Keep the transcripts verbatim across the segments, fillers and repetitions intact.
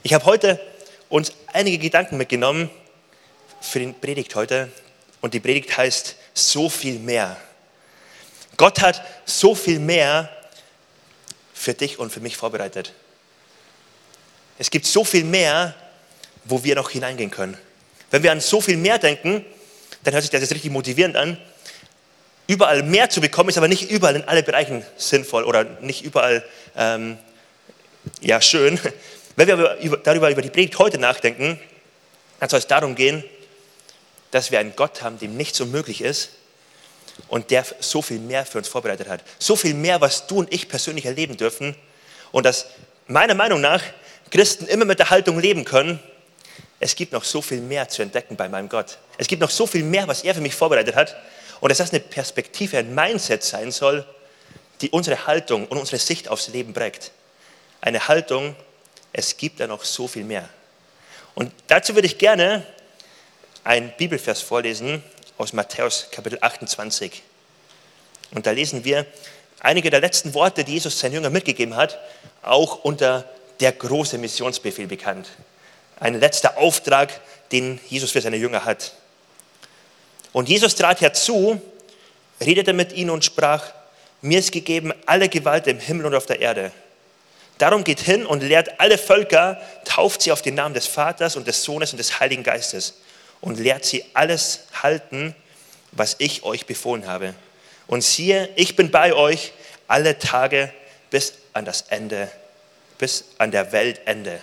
Ich habe heute uns einige Gedanken mitgenommen für die Predigt heute. Und die Predigt heißt so viel mehr. Gott hat so viel mehr für dich und für mich vorbereitet. Es gibt so viel mehr, wo wir noch hineingehen können. Wenn wir an so viel mehr denken, dann hört sich das jetzt richtig motivierend an. Überall mehr zu bekommen, ist aber nicht überall in allen Bereichen sinnvoll oder nicht überall ähm, ja, schön. Wenn wir aber über, darüber über die Predigt heute nachdenken, dann soll es darum gehen, dass wir einen Gott haben, dem nichts unmöglich ist und der so viel mehr für uns vorbereitet hat. So viel mehr, was du und ich persönlich erleben dürfen und dass meiner Meinung nach Christen immer mit der Haltung leben können, es gibt noch so viel mehr zu entdecken bei meinem Gott. Es gibt noch so viel mehr, was er für mich vorbereitet hat und dass das eine Perspektive, ein Mindset sein soll, die unsere Haltung und unsere Sicht aufs Leben prägt. Eine Haltung, es gibt da noch so viel mehr. Und dazu würde ich gerne einen Bibelvers vorlesen aus Matthäus Kapitel achtundzwanzig. Und da lesen wir einige der letzten Worte, die Jesus seinen Jüngern mitgegeben hat, auch unter der große Missionsbefehl bekannt. Ein letzter Auftrag, den Jesus für seine Jünger hat. Und Jesus trat herzu, redete mit ihnen und sprach: Mir ist gegeben alle Gewalt im Himmel und auf der Erde. Darum geht hin und lehrt alle Völker, tauft sie auf den Namen des Vaters und des Sohnes und des Heiligen Geistes und lehrt sie alles halten, was ich euch befohlen habe. Und siehe, ich bin bei euch alle Tage bis an das Ende, bis an der Weltende.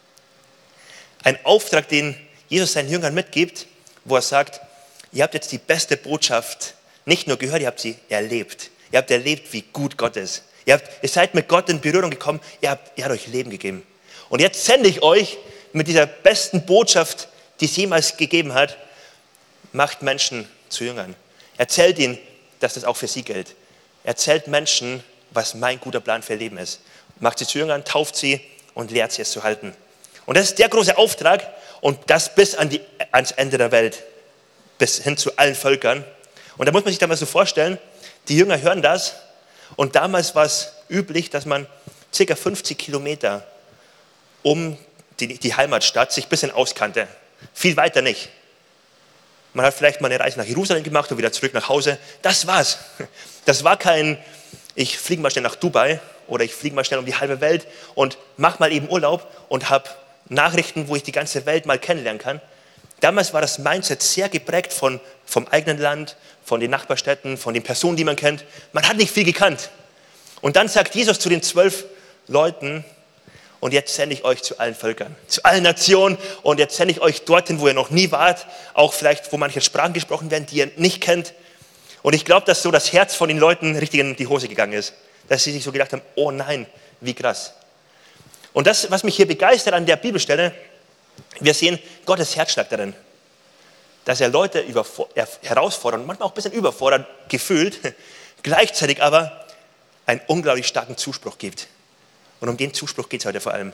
Ein Auftrag, den Jesus seinen Jüngern mitgibt, wo er sagt, ihr habt jetzt die beste Botschaft nicht nur gehört, ihr habt sie erlebt. Ihr habt erlebt, wie gut Gott ist. Ihr, habt, ihr seid mit Gott in Berührung gekommen, ihr habt, er hat euch Leben gegeben. Und jetzt sende ich euch mit dieser besten Botschaft, die es jemals gegeben hat, macht Menschen zu Jüngern. Erzählt ihnen, dass das auch für sie gilt. Erzählt Menschen, was mein guter Plan für ihr Leben ist. Macht sie zu Jüngern, tauft sie und lehrt sie es zu halten. Und das ist der große Auftrag und das bis an die, ans Ende der Welt, bis hin zu allen Völkern. Und da muss man sich da mal so vorstellen, die Jünger hören das und damals war es üblich, dass man ca. fünfzig Kilometer um die, die Heimatstadt sich ein bisschen auskannte. Viel weiter nicht. Man hat vielleicht mal eine Reise nach Jerusalem gemacht und wieder zurück nach Hause. Das war's. Das war kein, ich fliege mal schnell nach Dubai oder ich fliege mal schnell um die halbe Welt und mache mal eben Urlaub und habe Nachrichten, wo ich die ganze Welt mal kennenlernen kann. Damals war das Mindset sehr geprägt von, vom eigenen Land, von den Nachbarstädten, von den Personen, die man kennt. Man hat nicht viel gekannt. Und dann sagt Jesus zu den zwölf Leuten, und jetzt sende ich euch zu allen Völkern, zu allen Nationen und jetzt sende ich euch dorthin, wo ihr noch nie wart, auch vielleicht, wo manche Sprachen gesprochen werden, die ihr nicht kennt. Und ich glaube, dass so das Herz von den Leuten richtig in die Hose gegangen ist, dass sie sich so gedacht haben, oh nein, wie krass. Und das, was mich hier begeistert an der Bibelstelle, wir sehen Gottes Herzschlag darin, dass er Leute herausfordert und manchmal auch ein bisschen überfordert gefühlt, gleichzeitig aber einen unglaublich starken Zuspruch gibt. Und um den Zuspruch geht es heute vor allem.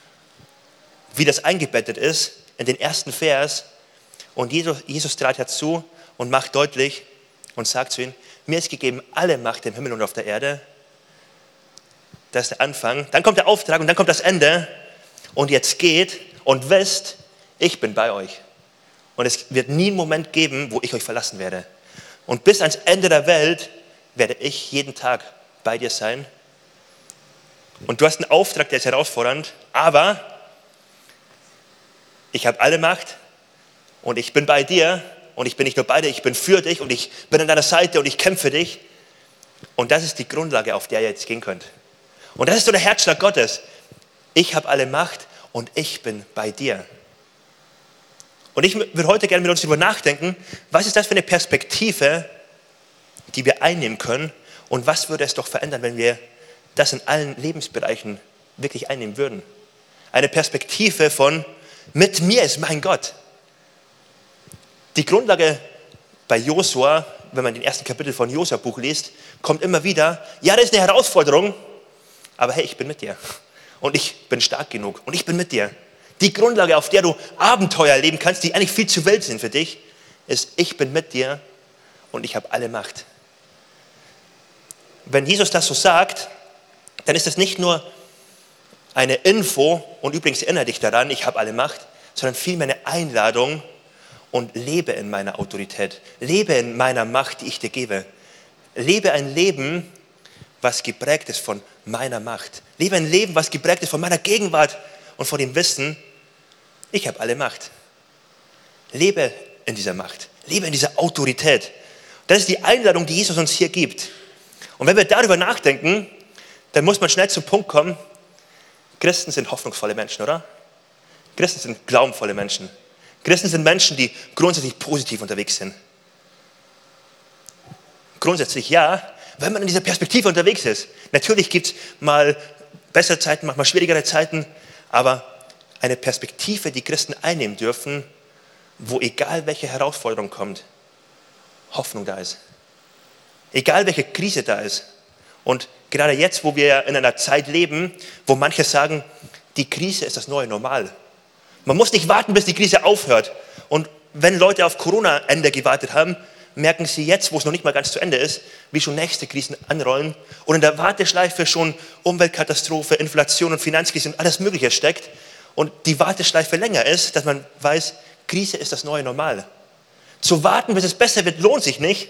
Wie das eingebettet ist in den ersten Vers. Und Jesus, Jesus trat herzu und macht deutlich und sagt zu ihnen, mir ist gegeben alle Macht im Himmel und auf der Erde. Das ist der Anfang. Dann kommt der Auftrag und dann kommt das Ende. Und jetzt geht und wisst, ich bin bei euch. Und es wird nie einen Moment geben, wo ich euch verlassen werde. Und bis ans Ende der Welt werde ich jeden Tag bei dir sein. Und du hast einen Auftrag, der ist herausfordernd, aber ich habe alle Macht und ich bin bei dir und ich bin nicht nur bei dir, ich bin für dich und ich bin an deiner Seite und ich kämpfe für dich. Und das ist die Grundlage, auf der ihr jetzt gehen könnt. Und das ist so der Herzschlag Gottes. Ich habe alle Macht und ich bin bei dir. Und ich würde heute gerne mit uns darüber nachdenken, was ist das für eine Perspektive, die wir einnehmen können und was würde es doch verändern, wenn wir das in allen Lebensbereichen wirklich einnehmen würden. Eine Perspektive von, mit mir ist mein Gott. Die Grundlage bei Josua, wenn man den ersten Kapitel von Josua-Buch liest, kommt immer wieder, ja, das ist eine Herausforderung, aber hey, ich bin mit dir. Und ich bin stark genug und ich bin mit dir. Die Grundlage, auf der du Abenteuer erleben kannst, die eigentlich viel zu wild sind für dich, ist, ich bin mit dir und ich habe alle Macht. Wenn Jesus das so sagt, dann ist das nicht nur eine Info, und übrigens erinnere dich daran, ich habe alle Macht, sondern vielmehr eine Einladung und lebe in meiner Autorität. Lebe in meiner Macht, die ich dir gebe. Lebe ein Leben, was geprägt ist von meiner Macht. Lebe ein Leben, was geprägt ist von meiner Gegenwart und von dem Wissen, ich habe alle Macht. Lebe in dieser Macht. Lebe in dieser Autorität. Das ist die Einladung, die Jesus uns hier gibt. Und wenn wir darüber nachdenken, dann muss man schnell zum Punkt kommen, Christen sind hoffnungsvolle Menschen, oder? Christen sind glaubenvolle Menschen. Christen sind Menschen, die grundsätzlich positiv unterwegs sind. Grundsätzlich ja, wenn man in dieser Perspektive unterwegs ist. Natürlich gibt es mal bessere Zeiten, manchmal schwierigere Zeiten, aber eine Perspektive, die Christen einnehmen dürfen, wo egal welche Herausforderung kommt, Hoffnung da ist. Egal welche Krise da ist. Und gerade jetzt, wo wir in einer Zeit leben, wo manche sagen, die Krise ist das neue Normal. Man muss nicht warten, bis die Krise aufhört. Und wenn Leute auf Corona-Ende gewartet haben, merken sie jetzt, wo es noch nicht mal ganz zu Ende ist, wie schon nächste Krisen anrollen und in der Warteschleife schon Umweltkatastrophe, Inflation und Finanzkrise und alles Mögliche steckt und die Warteschleife länger ist, dass man weiß, Krise ist das neue Normal. Zu warten, bis es besser wird, lohnt sich nicht.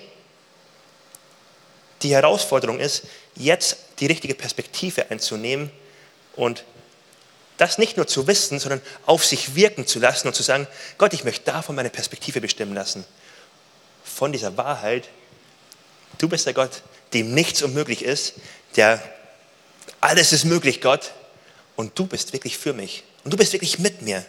Die Herausforderung ist, jetzt die richtige Perspektive einzunehmen und das nicht nur zu wissen, sondern auf sich wirken zu lassen und zu sagen, Gott, ich möchte davon meine Perspektive bestimmen lassen. Von dieser Wahrheit, du bist der Gott, dem nichts unmöglich ist, der alles ist möglich, Gott, und du bist wirklich für mich und du bist wirklich mit mir.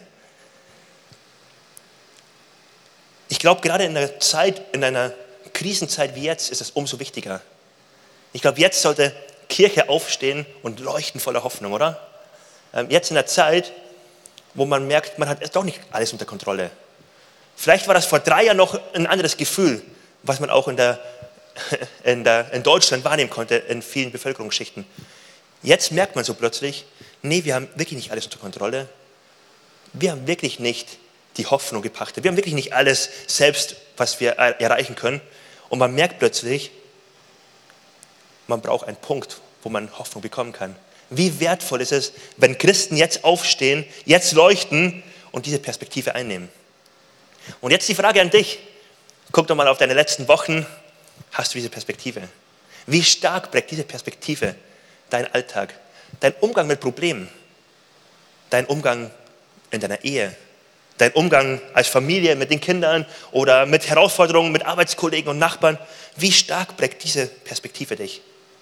Ich glaube, gerade in einer Zeit, in einer Krisenzeit wie jetzt, ist es umso wichtiger. Ich glaube, jetzt sollte Kirche aufstehen und leuchten voller Hoffnung, oder? Jetzt in der Zeit, wo man merkt, man hat doch nicht alles unter Kontrolle. Vielleicht war das vor drei Jahren noch ein anderes Gefühl, was man auch in, der, in, der, in Deutschland wahrnehmen konnte, in vielen Bevölkerungsschichten. Jetzt merkt man so plötzlich, nee, wir haben wirklich nicht alles unter Kontrolle. Wir haben wirklich nicht die Hoffnung gepachtet. Wir haben wirklich nicht alles selbst, was wir erreichen können. Und man merkt plötzlich, man braucht einen Punkt, wo man Hoffnung bekommen kann. Wie wertvoll ist es, wenn Christen jetzt aufstehen, jetzt leuchten und diese Perspektive einnehmen. Und jetzt die Frage an dich. Guck doch mal auf deine letzten Wochen. Hast du diese Perspektive? Wie stark prägt diese Perspektive deinen Alltag, dein Umgang mit Problemen, dein Umgang in deiner Ehe, dein Umgang als Familie mit den Kindern oder mit Herausforderungen mit Arbeitskollegen und Nachbarn? Wie stark prägt diese Perspektive dich?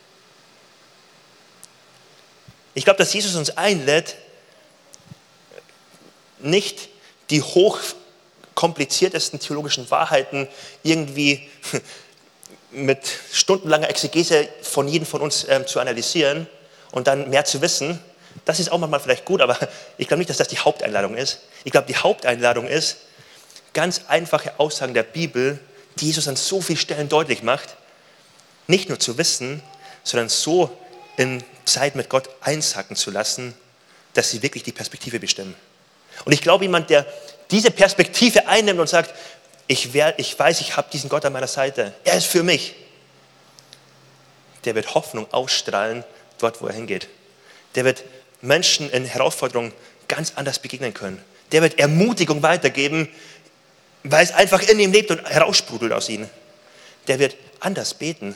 Ich glaube, dass Jesus uns einlädt, nicht die hochkompliziertesten theologischen Wahrheiten irgendwie mit stundenlanger Exegese von jedem von uns ähm, zu analysieren und dann mehr zu wissen. Das ist auch manchmal vielleicht gut, aber ich glaube nicht, dass das die Haupteinladung ist. Ich glaube, die Haupteinladung ist, ganz einfache Aussagen der Bibel, die Jesus an so vielen Stellen deutlich macht, nicht nur zu wissen, sondern so in Zeit mit Gott einsacken zu lassen, dass sie wirklich die Perspektive bestimmen. Und ich glaube, jemand, der diese Perspektive einnimmt und sagt, ich, wär, ich weiß, ich habe diesen Gott an meiner Seite, er ist für mich, der wird Hoffnung ausstrahlen, dort, wo er hingeht. Der wird Menschen in Herausforderungen ganz anders begegnen können. Der wird Ermutigung weitergeben, weil es einfach in ihm lebt und heraussprudelt aus ihm. Der wird anders beten.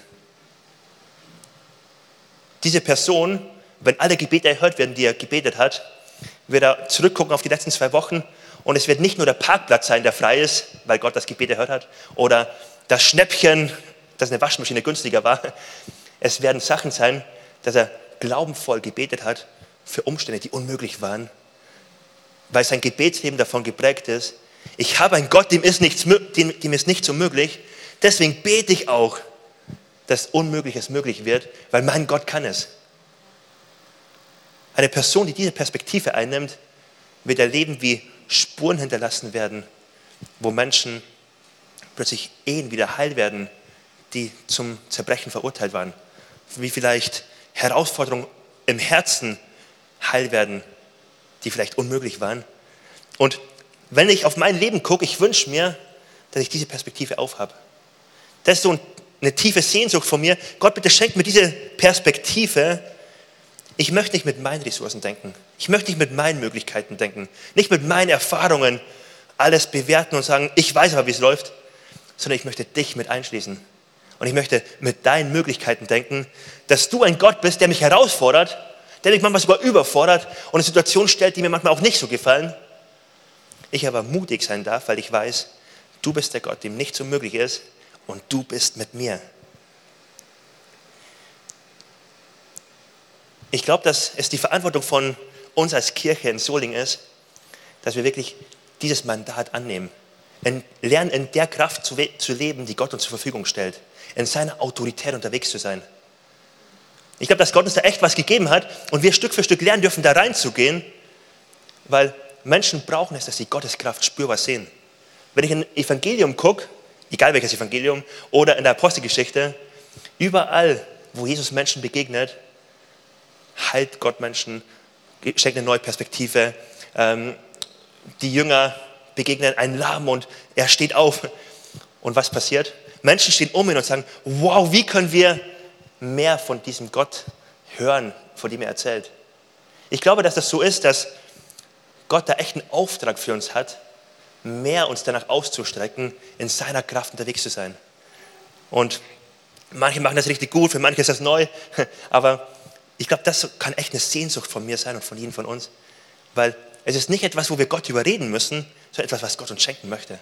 Diese Person, wenn alle Gebete erhört werden, die er gebetet hat, wird er zurückgucken auf die letzten zwei Wochen und es wird nicht nur der Parkplatz sein, der frei ist, weil Gott das Gebet erhört hat, oder das Schnäppchen, dass eine Waschmaschine günstiger war. Es werden Sachen sein, dass er glaubenvoll gebetet hat für Umstände, die unmöglich waren, weil sein Gebetsleben davon geprägt ist, ich habe einen Gott, dem ist nichts, dem, dem ist nichts unmöglich, deswegen bete ich auch, dass Unmögliches möglich wird, weil mein Gott kann es. Eine Person, die diese Perspektive einnimmt, wird erleben, wie Spuren hinterlassen werden, wo Menschen plötzlich Ehen wieder heil werden, die zum Zerbrechen verurteilt waren. Wie vielleicht Herausforderungen im Herzen heil werden, die vielleicht unmöglich waren. Und wenn ich auf mein Leben gucke, ich wünsche mir, dass ich diese Perspektive aufhabe. Das ist so eine tiefe Sehnsucht von mir. Gott, bitte schenk mir diese Perspektive, Ich möchte nicht mit meinen Ressourcen denken. Ich möchte nicht mit meinen Möglichkeiten denken. Nicht mit meinen Erfahrungen alles bewerten und sagen, ich weiß aber, wie es läuft. Sondern ich möchte dich mit einschließen. Und ich möchte mit deinen Möglichkeiten denken, dass du ein Gott bist, der mich herausfordert, der mich manchmal sogar überfordert und in Situationen stellt, die mir manchmal auch nicht so gefallen. Ich aber mutig sein darf, weil ich weiß, du bist der Gott, dem nichts unmöglich ist und du bist mit mir. Ich glaube, dass es die Verantwortung von uns als Kirche in Solingen ist, dass wir wirklich dieses Mandat annehmen. In, lernen, in der Kraft zu, zu leben, die Gott uns zur Verfügung stellt. In seiner Autorität unterwegs zu sein. Ich glaube, dass Gott uns da echt was gegeben hat und wir Stück für Stück lernen dürfen, da reinzugehen, weil Menschen brauchen es, dass sie Gottes Kraft spürbar sehen. Wenn ich in ein Evangelium gucke, egal welches Evangelium, oder in der Apostelgeschichte, überall, wo Jesus Menschen begegnet, heilt Gott Menschen, schenkt eine neue Perspektive. Ähm, die Jünger begegnen einen Lahmen und er steht auf. Und was passiert? Menschen stehen um ihn und sagen, wow, wie können wir mehr von diesem Gott hören, von dem er erzählt. Ich glaube, dass das so ist, dass Gott da echt einen Auftrag für uns hat, mehr uns danach auszustrecken, in seiner Kraft unterwegs zu sein. Und manche machen das richtig gut, für manche ist das neu, aber ich glaube, das kann echt eine Sehnsucht von mir sein und von jedem von uns, weil es ist nicht etwas, wo wir Gott überreden müssen, sondern etwas, was Gott uns schenken möchte.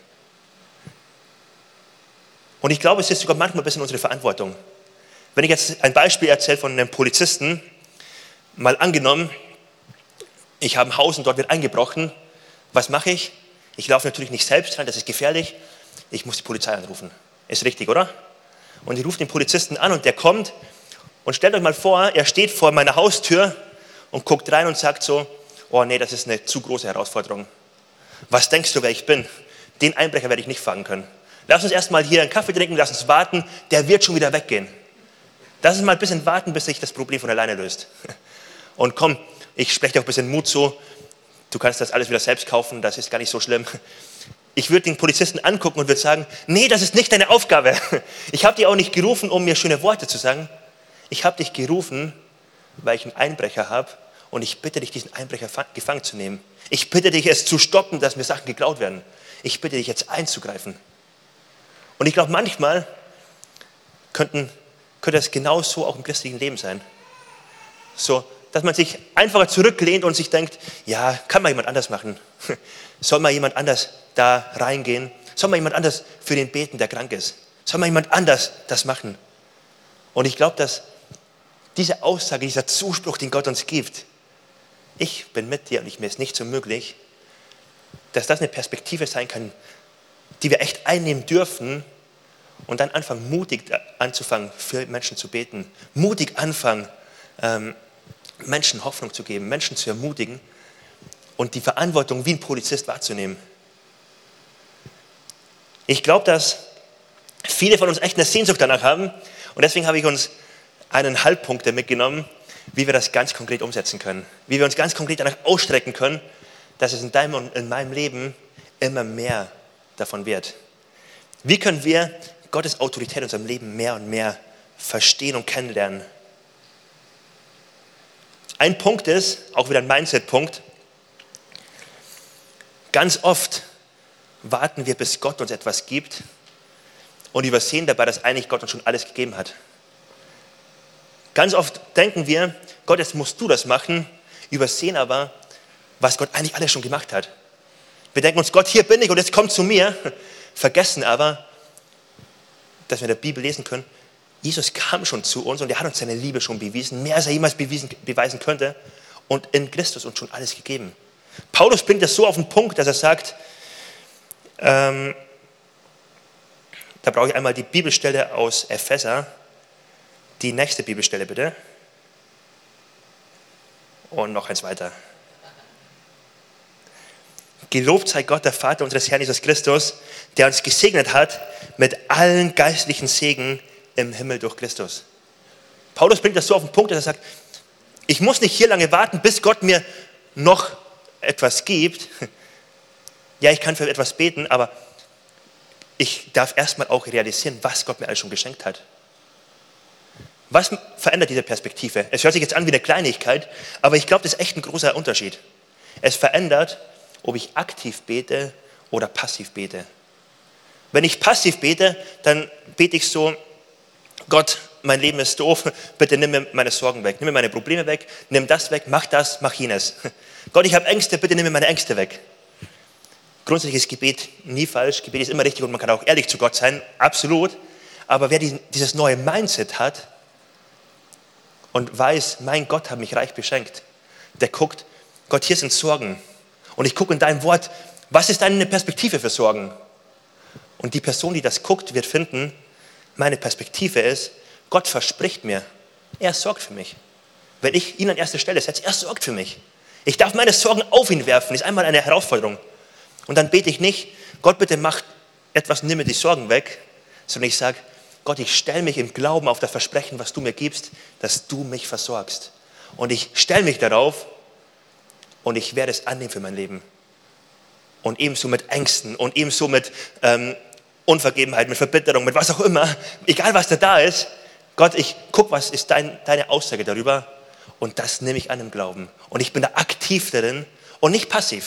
Und ich glaube, es ist sogar manchmal ein bisschen unsere Verantwortung. Wenn ich jetzt ein Beispiel erzähle von einem Polizisten, mal angenommen, ich habe ein Haus und dort wird eingebrochen, was mache ich? Ich laufe natürlich nicht selbst rein, das ist gefährlich, ich muss die Polizei anrufen. Ist richtig, oder? Und ich rufe den Polizisten an und der kommt und stellt euch mal vor, er steht vor meiner Haustür und guckt rein und sagt so, oh nee, das ist eine zu große Herausforderung. Was denkst du, wer ich bin? Den Einbrecher werde ich nicht fangen können. Lass uns erstmal hier einen Kaffee trinken, lass uns warten, der wird schon wieder weggehen. Lass uns mal ein bisschen warten, bis sich das Problem von alleine löst. Und komm, ich spreche dir auch ein bisschen Mut zu, du kannst das alles wieder selbst kaufen, das ist gar nicht so schlimm. Ich würde den Polizisten angucken und würde sagen, nee, das ist nicht deine Aufgabe. Ich habe dich auch nicht gerufen, um mir schöne Worte zu sagen. Ich habe dich gerufen, weil ich einen Einbrecher habe und ich bitte dich, diesen Einbrecher gefangen zu nehmen. Ich bitte dich, es zu stoppen, dass mir Sachen geklaut werden. Ich bitte dich, jetzt einzugreifen. Und ich glaube, manchmal könnten, könnte es genauso auch im christlichen Leben sein. So, dass man sich einfacher zurücklehnt und sich denkt, ja, kann mal jemand anders machen. Soll mal jemand anders da reingehen? Soll mal jemand anders für den beten, der krank ist? Soll mal jemand anders das machen? Und ich glaube, dass diese Aussage, dieser Zuspruch, den Gott uns gibt, ich bin mit dir und ich, mir ist nicht so möglich, dass das eine Perspektive sein kann, die wir echt einnehmen dürfen und dann anfangen, mutig anzufangen, für Menschen zu beten. Mutig anfangen, ähm, Menschen Hoffnung zu geben, Menschen zu ermutigen und die Verantwortung wie ein Polizist wahrzunehmen. Ich glaube, dass viele von uns echt eine Sehnsucht danach haben und deswegen habe ich uns einen Halbpunkt mitgenommen, wie wir das ganz konkret umsetzen können. Wie wir uns ganz konkret danach ausstrecken können, dass es in deinem und in meinem Leben immer mehr davon wird. Wie können wir Gottes Autorität in unserem Leben mehr und mehr verstehen und kennenlernen? Ein Punkt ist, auch wieder ein Mindset-Punkt, ganz oft warten wir, bis Gott uns etwas gibt und übersehen dabei, dass eigentlich Gott uns schon alles gegeben hat. Ganz oft denken wir, Gott, jetzt musst du das machen, übersehen aber, was Gott eigentlich alles schon gemacht hat. Wir denken uns, Gott, hier bin ich und jetzt komm zu mir, vergessen aber, dass wir in der Bibel lesen können, Jesus kam schon zu uns und er hat uns seine Liebe schon bewiesen, mehr als er jemals bewiesen, beweisen könnte und in Christus uns schon alles gegeben. Paulus bringt das so auf den Punkt, dass er sagt, ähm, da brauche ich einmal die Bibelstelle aus Epheser, die nächste Bibelstelle bitte und noch eins weiter. Gelobt sei Gott, der Vater unseres Herrn Jesus Christus, der uns gesegnet hat mit allen geistlichen Segen im Himmel durch Christus. Paulus bringt das so auf den Punkt, dass er sagt, ich muss nicht hier lange warten, bis Gott mir noch etwas gibt. Ja, ich kann für etwas beten, aber ich darf erstmal auch realisieren, was Gott mir alles schon geschenkt hat. Was verändert diese Perspektive? Es hört sich jetzt an wie eine Kleinigkeit, aber ich glaube, das ist echt ein großer Unterschied. Es verändert, ob ich aktiv bete oder passiv bete. Wenn ich passiv bete, dann bete ich so: Gott, mein Leben ist doof, bitte nimm mir meine Sorgen weg, nimm mir meine Probleme weg, nimm das weg, mach das, mach jenes. Gott, ich habe Ängste, bitte nimm mir meine Ängste weg. Grundsätzlich ist Gebet nie falsch, Gebet ist immer richtig und man kann auch ehrlich zu Gott sein, absolut. Aber wer dieses neue Mindset hat und weiß, mein Gott hat mich reich beschenkt, der guckt: Gott, hier sind Sorgen. Und ich gucke in deinem Wort, was ist deine Perspektive für Sorgen? Und die Person, die das guckt, wird finden, meine Perspektive ist, Gott verspricht mir, er sorgt für mich. Wenn ich ihn an erste Stelle setze, er sorgt für mich. Ich darf meine Sorgen auf ihn werfen, ist einmal eine Herausforderung. Und dann bete ich nicht: Gott, bitte mach etwas, nimm mir die Sorgen weg, sondern ich sage: Gott, ich stelle mich im Glauben auf das Versprechen, was du mir gibst, dass du mich versorgst. Und ich stelle mich darauf und ich werde es annehmen für mein Leben. Und ebenso mit Ängsten und ebenso mit ähm, Unvergebenheit, mit Verbitterung, mit was auch immer, egal was da da ist. Gott, ich gucke, was ist dein, deine Aussage darüber, und das nehme ich an im Glauben. Und ich bin da aktiv darin und nicht passiv.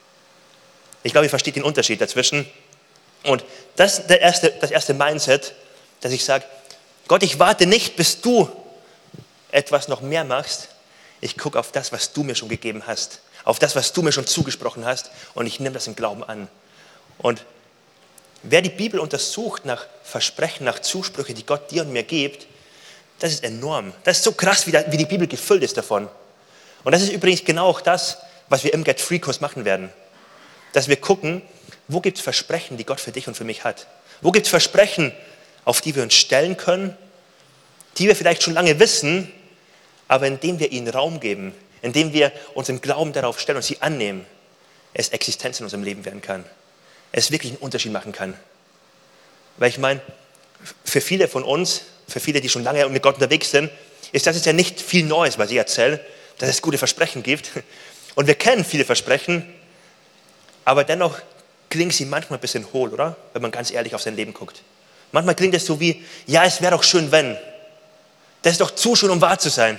Ich glaube, ihr versteht den Unterschied dazwischen. Und das ist der erste, das erste Mindset, dass ich sage: Gott, ich warte nicht, bis du etwas noch mehr machst. Ich gucke auf das, was du mir schon gegeben hast, auf das, was du mir schon zugesprochen hast, und ich nehme das im Glauben an. Und wer die Bibel untersucht nach Versprechen, nach Zusprüchen, die Gott dir und mir gibt, das ist enorm. Das ist so krass, wie, da, wie die Bibel gefüllt ist davon. Und das ist übrigens genau auch das, was wir im Get-Free-Kurs machen werden. Dass wir gucken, wo gibt es Versprechen, die Gott für dich und für mich hat? Wo gibt es Versprechen, auf die wir uns stellen können, die wir vielleicht schon lange wissen, aber indem wir ihnen Raum geben, indem wir unseren Glauben darauf stellen und sie annehmen, es Existenz in unserem Leben werden kann. Es wirklich einen Unterschied machen kann. Weil ich meine, für viele von uns, für viele, die schon lange mit Gott unterwegs sind, ist das jetzt ja nicht viel Neues, was ich erzähle, dass es gute Versprechen gibt. Und wir kennen viele Versprechen, aber dennoch klingen sie manchmal ein bisschen hohl, oder? Wenn man ganz ehrlich auf sein Leben guckt. Manchmal klingt es so wie: Ja, es wäre doch schön, wenn. Das ist doch zu schön, um wahr zu sein.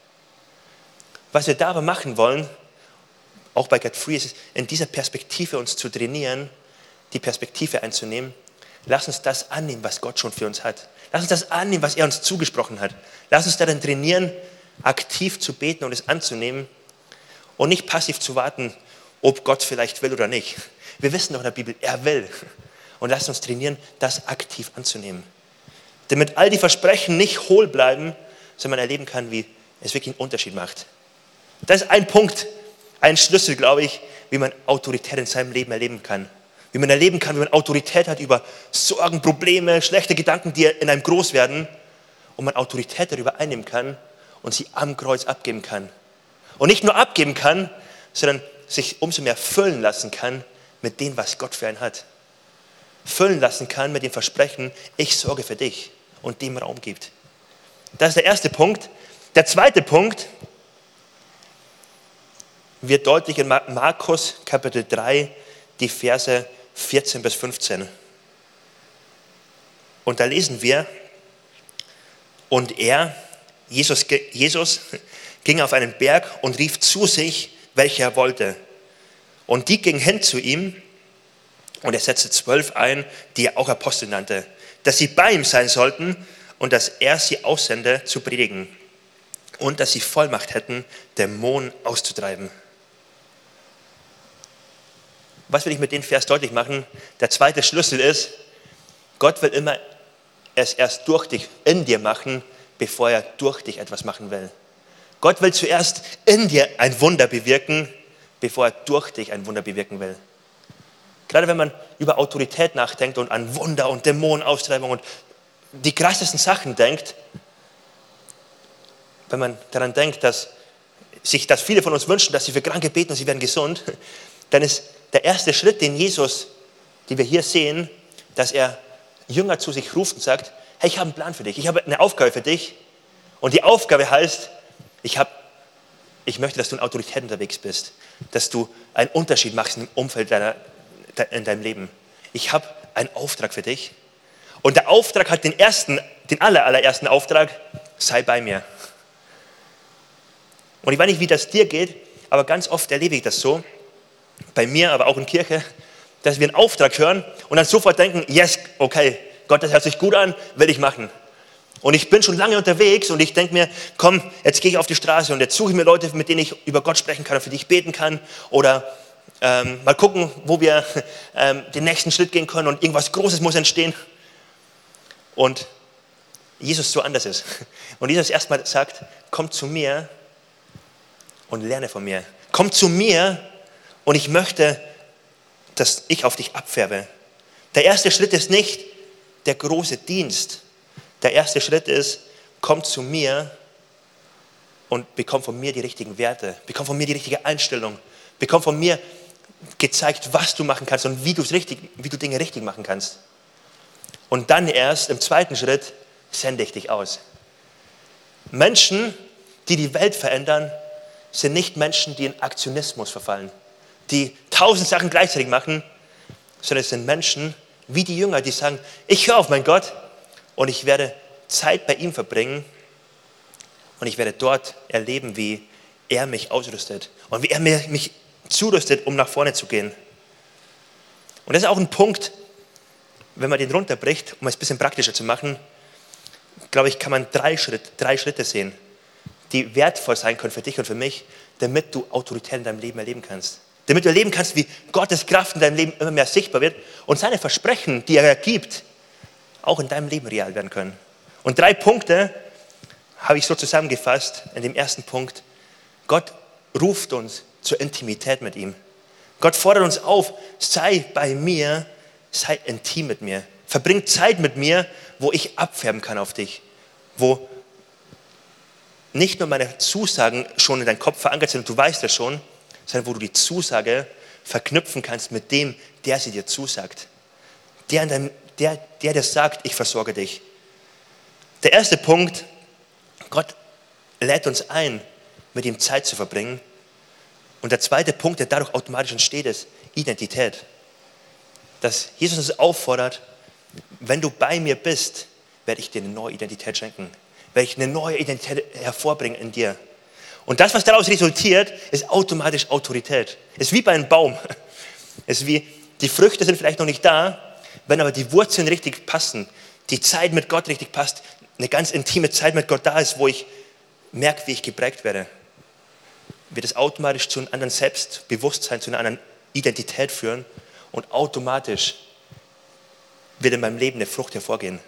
Was wir da aber machen wollen, auch bei Get Free, ist, in dieser Perspektive uns zu trainieren, die Perspektive einzunehmen. Lass uns das annehmen, was Gott schon für uns hat. Lass uns das annehmen, was er uns zugesprochen hat. Lass uns darin trainieren, aktiv zu beten und es anzunehmen und nicht passiv zu warten, ob Gott vielleicht will oder nicht. Wir wissen doch in der Bibel, er will. Und lass uns trainieren, das aktiv anzunehmen. Damit all die Versprechen nicht hohl bleiben, sondern man erleben kann, wie es wirklich einen Unterschied macht. Das ist ein Punkt, ein Schlüssel, glaube ich, wie man Autorität in seinem Leben erleben kann. Wie man erleben kann, wie man Autorität hat über Sorgen, Probleme, schlechte Gedanken, die in einem groß werden. Und man Autorität darüber einnehmen kann und sie am Kreuz abgeben kann. Und nicht nur abgeben kann, sondern sich umso mehr füllen lassen kann mit dem, was Gott für einen hat. Füllen lassen kann mit dem Versprechen: Ich sorge für dich, und dem Raum gibt. Das ist der erste Punkt. Der zweite Punkt wird deutlich in Markus Kapitel drei, die Verse vierzehn bis fünfzehn. Und da lesen wir: Und er, Jesus, Jesus ging auf einen Berg und rief zu sich, welche er wollte. Und die gingen hin zu ihm, und er setzte zwölf ein, die er auch Apostel nannte, dass sie bei ihm sein sollten und dass er sie aussende zu predigen und dass sie Vollmacht hätten, Dämonen auszutreiben. Was will ich mit dem Vers deutlich machen? Der zweite Schlüssel ist, Gott will immer es erst durch dich, in dir machen, bevor er durch dich etwas machen will. Gott will zuerst in dir ein Wunder bewirken, bevor er durch dich ein Wunder bewirken will. Gerade wenn man über Autorität nachdenkt und an Wunder und Dämonenaustreibung und die krassesten Sachen denkt, wenn man daran denkt, dass sich dass viele von uns wünschen, dass sie für Kranke beten und sie werden gesund, dann ist der erste Schritt, den Jesus, den wir hier sehen, dass er Jünger zu sich ruft und sagt: Hey, ich habe einen Plan für dich, ich habe eine Aufgabe für dich. Und die Aufgabe heißt, ich, hab, ich möchte, dass du in Autorität unterwegs bist, dass du einen Unterschied machst im Umfeld deiner, in deinem Leben. Ich habe einen Auftrag für dich. Und der Auftrag hat den ersten, den aller, allerersten Auftrag, sei bei mir. Und ich weiß nicht, wie das dir geht, aber ganz oft erlebe ich das so, bei mir, aber auch in Kirche, dass wir einen Auftrag hören und dann sofort denken, yes, okay, Gott, das hört sich gut an, will ich machen. Und ich bin schon lange unterwegs und ich denke mir, komm, jetzt gehe ich auf die Straße und jetzt suche ich mir Leute, mit denen ich über Gott sprechen kann und für die ich beten kann. Oder ähm, mal gucken, wo wir ähm, den nächsten Schritt gehen können und irgendwas Großes muss entstehen. Und Jesus so anders ist. Und Jesus erstmal sagt, komm zu mir und lerne von mir. Komm zu mir und ich möchte, dass ich auf dich abfärbe. Der erste Schritt ist nicht der große Dienst. Der erste Schritt ist, komm zu mir und bekomm von mir die richtigen Werte, bekomm von mir die richtige Einstellung, bekomm von mir gezeigt, was du machen kannst und wie, du's richtig, wie du Dinge richtig machen kannst. Und dann erst im zweiten Schritt sende ich dich aus. Menschen, die die Welt verändern, sind nicht Menschen, die in Aktionismus verfallen, die tausend Sachen gleichzeitig machen, sondern es sind Menschen wie die Jünger, die sagen, ich höre auf meinen Gott und ich werde Zeit bei ihm verbringen und ich werde dort erleben, wie er mich ausrüstet und wie er mich zurüstet, um nach vorne zu gehen. Und das ist auch ein Punkt, wenn man den runterbricht, um es ein bisschen praktischer zu machen, glaube ich, kann man drei Schritte, drei Schritte sehen, die wertvoll sein können für dich und für mich, damit du Autorität in deinem Leben erleben kannst. Damit du erleben kannst, wie Gottes Kraft in deinem Leben immer mehr sichtbar wird und seine Versprechen, die er gibt, auch in deinem Leben real werden können. Und drei Punkte habe ich so zusammengefasst in dem ersten Punkt. Gott ruft uns zur Intimität mit ihm. Gott fordert uns auf, sei bei mir, sei intim mit mir. Verbring Zeit mit mir, wo ich abfärben kann auf dich. Wo nicht nur meine Zusagen schon in deinem Kopf verankert sind und du weißt das schon, sondern wo du die Zusage verknüpfen kannst mit dem, der sie dir zusagt. Der, in deinem, der, der dir sagt, ich versorge dich. Der erste Punkt, Gott lädt uns ein, mit ihm Zeit zu verbringen. Und der zweite Punkt, der dadurch automatisch entsteht, ist Identität. Dass Jesus uns auffordert, wenn du bei mir bist, werde ich dir eine neue Identität schenken. Werde ich eine neue Identität hervorbringen in dir. Und das, was daraus resultiert, ist automatisch Autorität. Ist wie bei einem Baum. Ist wie, die Früchte sind vielleicht noch nicht da, wenn aber die Wurzeln richtig passen, die Zeit mit Gott richtig passt, eine ganz intime Zeit mit Gott da ist, wo ich merke, wie ich geprägt werde, wird es automatisch zu einem anderen Selbstbewusstsein, zu einer anderen Identität führen und automatisch wird in meinem Leben eine Frucht hervorgehen.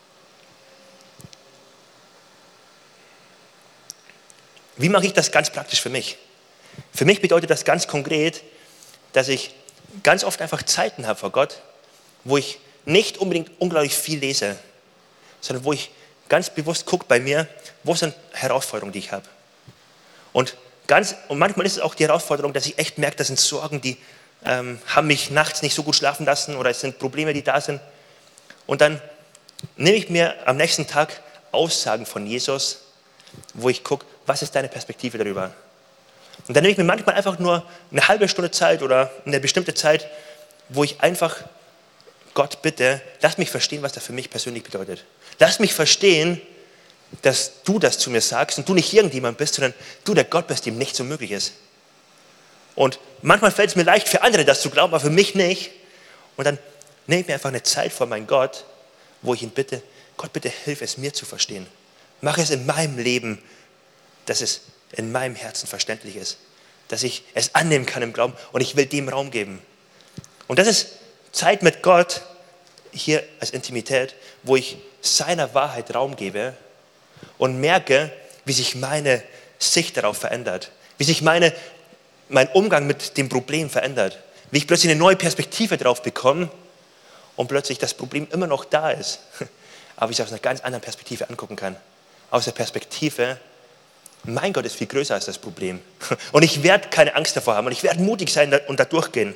Wie mache ich das ganz praktisch für mich? Für mich bedeutet das ganz konkret, dass ich ganz oft einfach Zeiten habe vor Gott, wo ich nicht unbedingt unglaublich viel lese, sondern wo ich ganz bewusst gucke bei mir, wo sind Herausforderungen, die ich habe. Und, ganz, und manchmal ist es auch die Herausforderung, dass ich echt merke, das sind Sorgen, die ähm, haben mich nachts nicht so gut schlafen lassen oder es sind Probleme, die da sind. Und dann nehme ich mir am nächsten Tag Aussagen von Jesus, wo ich gucke, was ist deine Perspektive darüber? Und dann nehme ich mir manchmal einfach nur eine halbe Stunde Zeit oder eine bestimmte Zeit, wo ich einfach Gott bitte, lass mich verstehen, was das für mich persönlich bedeutet. Lass mich verstehen, dass du das zu mir sagst und du nicht irgendjemand bist, sondern du der Gott bist, dem nichts so möglich ist. Und manchmal fällt es mir leicht für andere, das zu glauben, aber für mich nicht. Und dann nehme ich mir einfach eine Zeit vor meinen Gott, wo ich ihn bitte, Gott bitte hilf es mir zu verstehen. Mach es in meinem Leben, dass es in meinem Herzen verständlich ist. Dass ich es annehmen kann im Glauben und ich will dem Raum geben. Und das ist Zeit mit Gott, hier als Intimität, wo ich seiner Wahrheit Raum gebe und merke, wie sich meine Sicht darauf verändert. Wie sich meine, mein Umgang mit dem Problem verändert. Wie ich plötzlich eine neue Perspektive drauf bekomme und plötzlich das Problem immer noch da ist. Aber ich es aus einer ganz anderen Perspektive angucken kann. Aus der Perspektive, mein Gott ist viel größer als das Problem. Und ich werde keine Angst davor haben und ich werde mutig sein und da durchgehen.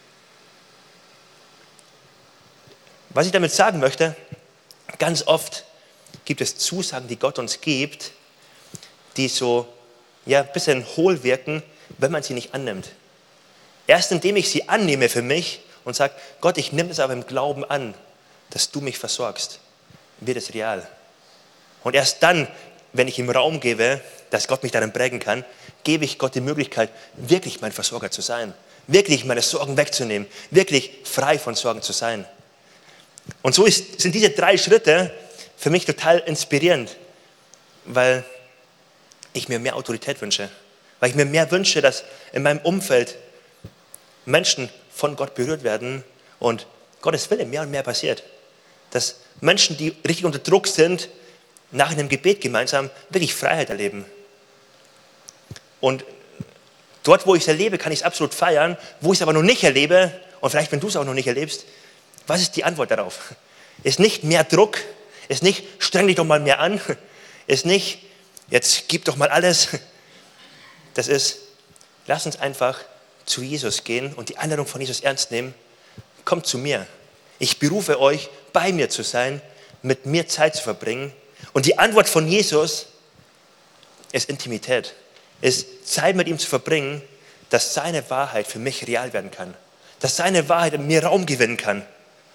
Was ich damit sagen möchte, ganz oft gibt es Zusagen, die Gott uns gibt, die so ja, ein bisschen hohl wirken, wenn man sie nicht annimmt. Erst indem ich sie annehme für mich und sage, Gott, ich nehme es aber im Glauben an, dass du mich versorgst, wird es real. Und erst dann wenn ich ihm Raum gebe, dass Gott mich darin prägen kann, gebe ich Gott die Möglichkeit, wirklich mein Versorger zu sein, wirklich meine Sorgen wegzunehmen, wirklich frei von Sorgen zu sein. Und so ist, sind diese drei Schritte für mich total inspirierend, weil ich mir mehr Autorität wünsche, weil ich mir mehr wünsche, dass in meinem Umfeld Menschen von Gott berührt werden und Gottes Wille mehr und mehr passiert. Dass Menschen, die richtig unter Druck sind, nach einem Gebet gemeinsam wirklich Freiheit erleben. Und dort, wo ich es erlebe, kann ich es absolut feiern. Wo ich es aber noch nicht erlebe, und vielleicht, wenn du es auch noch nicht erlebst, was ist die Antwort darauf? Ist nicht mehr Druck, ist nicht, streng dich doch mal mehr an, ist nicht, jetzt gib doch mal alles. Das ist, lass uns einfach zu Jesus gehen und die Einladung von Jesus ernst nehmen. Kommt zu mir. Ich berufe euch, bei mir zu sein, mit mir Zeit zu verbringen. Und die Antwort von Jesus ist Intimität, ist Zeit mit ihm zu verbringen, dass seine Wahrheit für mich real werden kann, dass seine Wahrheit in mir Raum gewinnen kann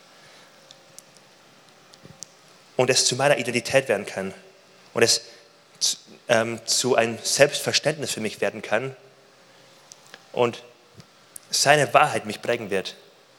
und es zu meiner Identität werden kann und es zu, ähm, zu einem Selbstverständnis für mich werden kann und seine Wahrheit mich prägen wird.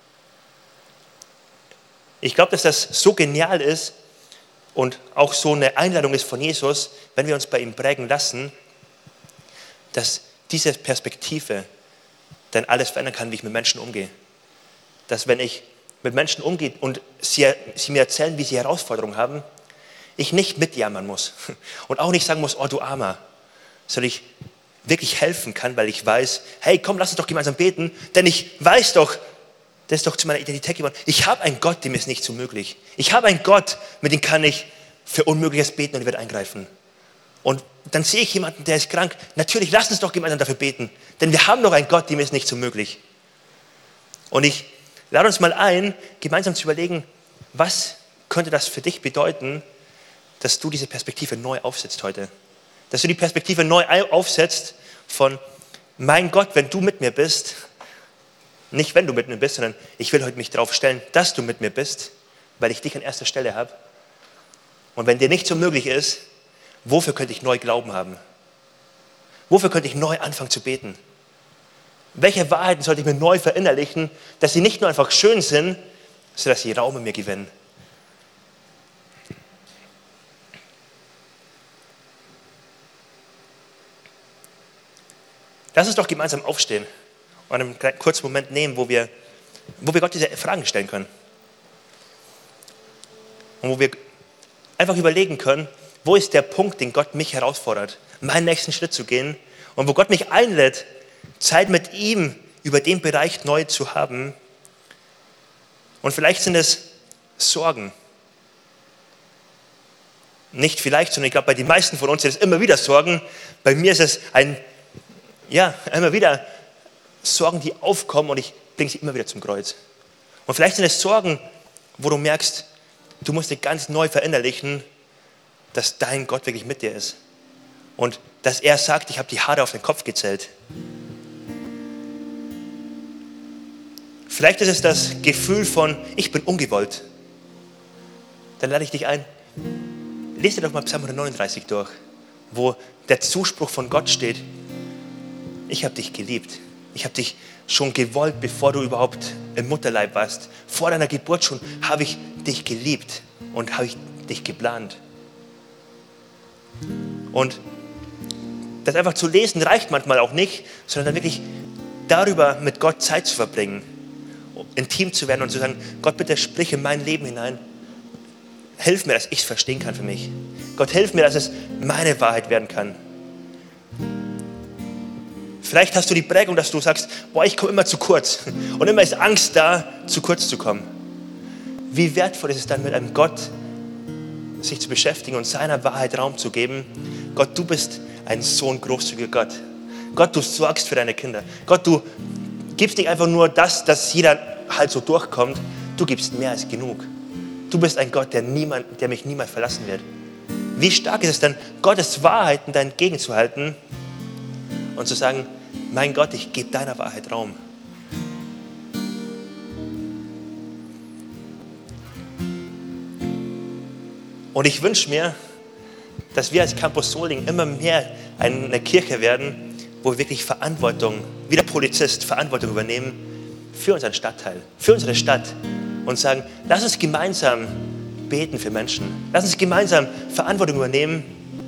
Ich glaube, dass das so genial ist und auch so eine Einladung ist von Jesus, wenn wir uns bei ihm prägen lassen, dass diese Perspektive dann alles verändern kann, wie ich mit Menschen umgehe. Dass wenn ich mit Menschen umgehe und sie, sie mir erzählen, wie sie Herausforderungen haben, ich nicht mitjammern muss und auch nicht sagen muss, oh du Armer, sondern ich wirklich helfen kann, weil ich weiß, hey komm, lass uns doch gemeinsam beten, denn ich weiß doch, das ist doch zu meiner Identität geworden. Ich habe einen Gott, dem ist nicht so möglich. Ich habe einen Gott, mit dem kann ich für Unmögliches beten und er wird eingreifen. Und dann sehe ich jemanden, der ist krank. Natürlich, lass uns doch gemeinsam dafür beten. Denn wir haben doch einen Gott, dem ist nicht so möglich. Und ich lade uns mal ein, gemeinsam zu überlegen, was könnte das für dich bedeuten, dass du diese Perspektive neu aufsetzt heute. Dass du die Perspektive neu aufsetzt von, mein Gott, wenn du mit mir bist, nicht wenn du mit mir bist, sondern ich will heute mich darauf stellen, dass du mit mir bist, weil ich dich an erster Stelle habe. Und wenn dir nicht so möglich ist, wofür könnte ich neu Glauben haben? Wofür könnte ich neu anfangen zu beten? Welche Wahrheiten sollte ich mir neu verinnerlichen, dass sie nicht nur einfach schön sind, sondern dass sie Raum in mir gewinnen? Lass uns doch gemeinsam aufstehen und einen kurzen Moment nehmen, wo wir, wo wir Gott diese Fragen stellen können. Und wo wir einfach überlegen können, wo ist der Punkt, den Gott mich herausfordert, meinen nächsten Schritt zu gehen und wo Gott mich einlädt, Zeit mit ihm über den Bereich neu zu haben. Und vielleicht sind es Sorgen. Nicht vielleicht, sondern ich glaube, bei den meisten von uns sind es immer wieder Sorgen. Bei mir ist es ein, ja, immer wieder Sorgen, die aufkommen und ich bringe sie immer wieder zum Kreuz. Und vielleicht sind es Sorgen, wo du merkst, du musst dir ganz neu verinnerlichen, dass dein Gott wirklich mit dir ist. Und dass er sagt, ich habe die Haare auf den Kopf gezählt. Vielleicht ist es das Gefühl von, ich bin ungewollt. Dann lade ich dich ein, lese dir doch mal Psalm hundertneununddreißig durch, wo der Zuspruch von Gott steht, ich habe dich geliebt. Ich habe dich schon gewollt, bevor du überhaupt im Mutterleib warst. Vor deiner Geburt schon habe ich dich geliebt und habe ich dich geplant. Und das einfach zu lesen reicht manchmal auch nicht, sondern dann wirklich darüber mit Gott Zeit zu verbringen, intim zu werden und zu sagen, Gott, bitte sprich in mein Leben hinein. Hilf mir, dass ich es verstehen kann für mich. Gott, hilf mir, dass es meine Wahrheit werden kann. Vielleicht hast du die Prägung, dass du sagst, boah, ich komme immer zu kurz. Und immer ist Angst da, zu kurz zu kommen. Wie wertvoll ist es dann, mit einem Gott sich zu beschäftigen und seiner Wahrheit Raum zu geben. Gott, du bist ein so ein großzügiger Gott. Gott, du sorgst für deine Kinder. Gott, du gibst nicht einfach nur das, dass jeder halt so durchkommt. Du gibst mehr als genug. Du bist ein Gott, der, niemand, der mich niemals verlassen wird. Wie stark ist es dann, Gottes Wahrheiten da entgegenzuhalten und zu sagen, mein Gott, ich gebe deiner Wahrheit Raum. Und ich wünsche mir, dass wir als Campus Solingen immer mehr eine Kirche werden, wo wir wirklich Verantwortung, wie der Polizist Verantwortung übernehmen für unseren Stadtteil, für unsere Stadt und sagen, lass uns gemeinsam beten für Menschen. Lass uns gemeinsam Verantwortung übernehmen,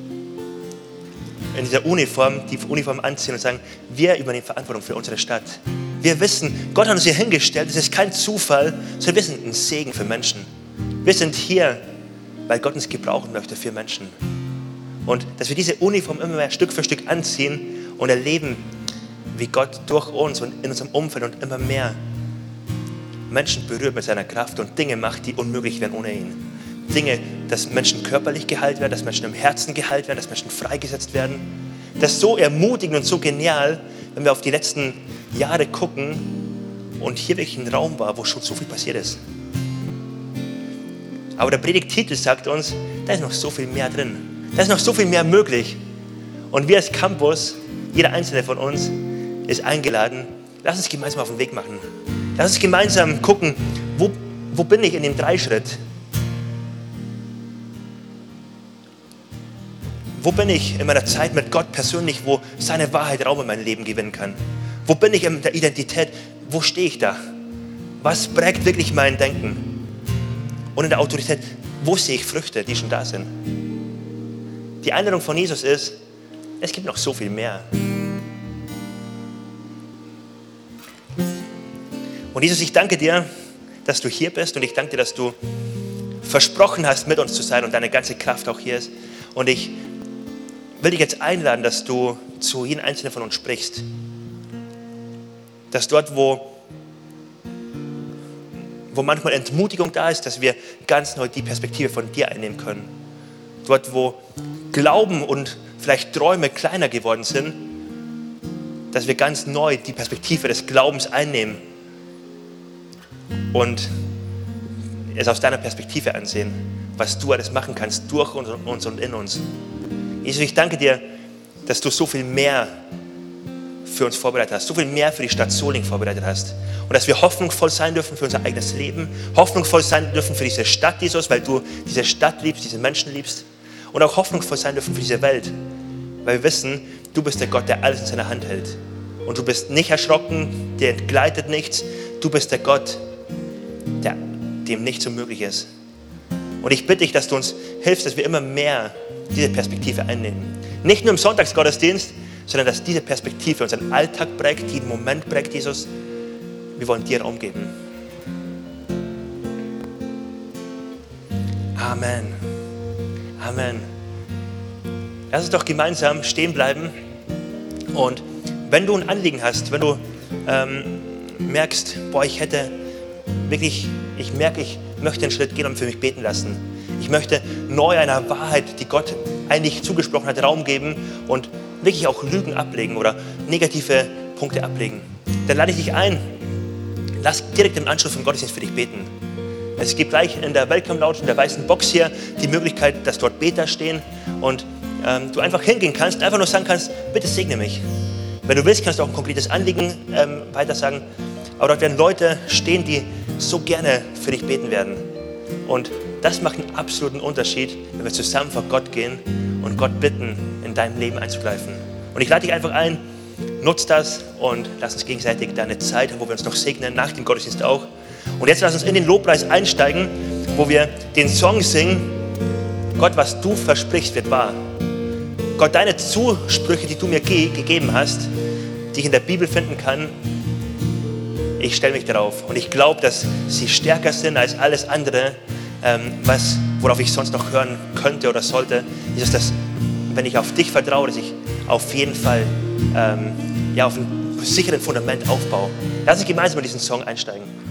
in dieser Uniform, die Uniform anziehen und sagen, wir übernehmen Verantwortung für unsere Stadt. Wir wissen, Gott hat uns hier hingestellt, es ist kein Zufall, sondern wir sind ein Segen für Menschen. Wir sind hier, weil Gott uns gebrauchen möchte für Menschen. Und dass wir diese Uniform immer mehr Stück für Stück anziehen und erleben, wie Gott durch uns und in unserem Umfeld und immer mehr Menschen berührt mit seiner Kraft und Dinge macht, die unmöglich wären ohne ihn. Dinge, dass Menschen körperlich geheilt werden, dass Menschen im Herzen geheilt werden, dass Menschen freigesetzt werden. Das ist so ermutigend und so genial, wenn wir auf die letzten Jahre gucken und hier wirklich ein Raum war, wo schon so viel passiert ist. Aber der Predigttitel sagt uns, da ist noch so viel mehr drin. Da ist noch so viel mehr möglich. Und wir als Campus, jeder einzelne von uns, ist eingeladen, lass uns gemeinsam auf den Weg machen. Lass uns gemeinsam gucken, wo, wo bin ich in dem Dreischritt? Wo bin ich in meiner Zeit mit Gott persönlich, wo seine Wahrheit Raum in mein Leben gewinnen kann? Wo bin ich in der Identität? Wo stehe ich da? Was prägt wirklich mein Denken? Und in der Autorität, wo sehe ich Früchte, die schon da sind? Die Einladung von Jesus ist, es gibt noch so viel mehr. Und Jesus, ich danke dir, dass du hier bist und ich danke dir, dass du versprochen hast, mit uns zu sein und deine ganze Kraft auch hier ist. Und ich will dich jetzt einladen, dass du zu jedem Einzelnen von uns sprichst. Dass dort, wo, wo manchmal Entmutigung da ist, dass wir ganz neu die Perspektive von dir einnehmen können. Dort, wo Glauben und vielleicht Träume kleiner geworden sind, dass wir ganz neu die Perspektive des Glaubens einnehmen und es aus deiner Perspektive ansehen, was du alles machen kannst durch uns und in uns. Jesus, ich danke dir, dass du so viel mehr für uns vorbereitet hast, so viel mehr für die Stadt Solingen vorbereitet hast. Und dass wir hoffnungsvoll sein dürfen für unser eigenes Leben, hoffnungsvoll sein dürfen für diese Stadt, Jesus, weil du diese Stadt liebst, diese Menschen liebst. Und auch hoffnungsvoll sein dürfen für diese Welt, weil wir wissen, du bist der Gott, der alles in seiner Hand hält. Und du bist nicht erschrocken, dir entgleitet nichts. Du bist der Gott, der, dem nichts unmöglich ist. Und ich bitte dich, dass du uns hilfst, dass wir immer mehr diese Perspektive einnehmen. Nicht nur im Sonntagsgottesdienst, sondern dass diese Perspektive unseren Alltag prägt, jeden Moment prägt, Jesus. Wir wollen dir Raum geben. Amen. Amen. Lass uns doch gemeinsam stehen bleiben. Und wenn du ein Anliegen hast, wenn du ähm, merkst, boah, ich hätte wirklich, ich merke, ich möchte einen Schritt gehen und für mich beten lassen. Ich möchte neu einer Wahrheit, die Gott eigentlich zugesprochen hat, Raum geben und wirklich auch Lügen ablegen oder negative Punkte ablegen. Dann lade ich dich ein, lass direkt im Anschluss vom Gottesdienst für dich beten. Es gibt gleich in der Welcome Lounge, in der weißen Box hier, die Möglichkeit, dass dort Beter stehen und ähm, du einfach hingehen kannst, einfach nur sagen kannst, bitte segne mich. Wenn du willst, kannst du auch ein konkretes Anliegen ähm, weiter sagen. Aber dort werden Leute stehen, die so gerne für dich beten werden. Und das macht einen absoluten Unterschied, wenn wir zusammen vor Gott gehen und Gott bitten, in deinem Leben einzugreifen. Und ich lade dich einfach ein, nutz das und lass uns gegenseitig deine Zeit haben, wo wir uns noch segnen, nach dem Gottesdienst auch. Und jetzt lass uns in den Lobpreis einsteigen, wo wir den Song singen, Gott, was du versprichst, wird wahr. Gott, deine Zusprüche, die du mir ge- gegeben hast, die ich in der Bibel finden kann, ich stelle mich darauf. Und ich glaube, dass sie stärker sind als alles andere, ähm, was, worauf ich sonst noch hören könnte oder sollte. Ist es, dass, wenn ich auf dich vertraue, dass ich auf jeden Fall ähm, ja, auf einem sicheren Fundament aufbaue. Lass uns gemeinsam in diesen Song einsteigen.